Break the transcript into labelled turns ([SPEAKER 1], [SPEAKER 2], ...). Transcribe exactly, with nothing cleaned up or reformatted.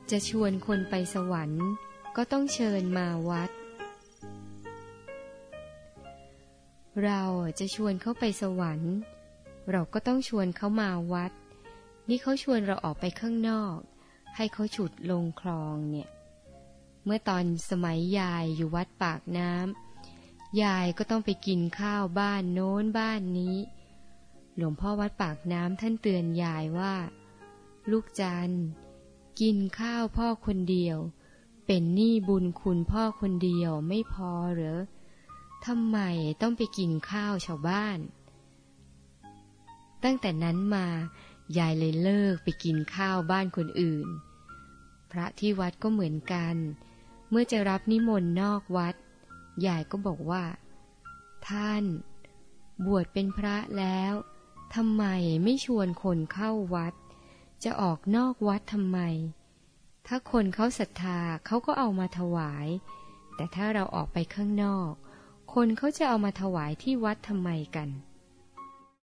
[SPEAKER 1] จะชวนคนไปสวรรค์ก็ต้องเชิญมาวัดเราจะชวนเขาไปสวรรค์เราก็ต้องชวนเขามาวัดนี่เขาชวนเราออกไปข้างนอกให้เขาฉุดลงคลองเนี่ยเมื่อตอนสมัยยายอยู่วัดปากน้ำยายก็ต้องไปกินข้าวบ้านโน้นบ้านนี้หลวงพ่อวัดปากน้ำท่านเตือนยายว่าลูกจันกินข้าวพ่อคนเดียวเป็นหนี้บุญคุณพ่อคนเดียวไม่พอเหรอทำไมต้องไปกินข้าวชาวบ้านตั้งแต่นั้นมายายเลยเลิกไปกินข้าวบ้านคนอื่นพระที่วัดก็เหมือนกันเมื่อจะรับนิมนต์นอกวัดยายก็บอกว่าท่านบวชเป็นพระแล้วทำไมไม่ชวนคนเข้าวัดจะออกนอกวัดทำไมถ้าคนเขาศรัทธาเขาก็เอามาถวายแต่ถ้าเราออกไปข้างนอกคนเขาจะเอามาถวายที่วัดทำไมกัน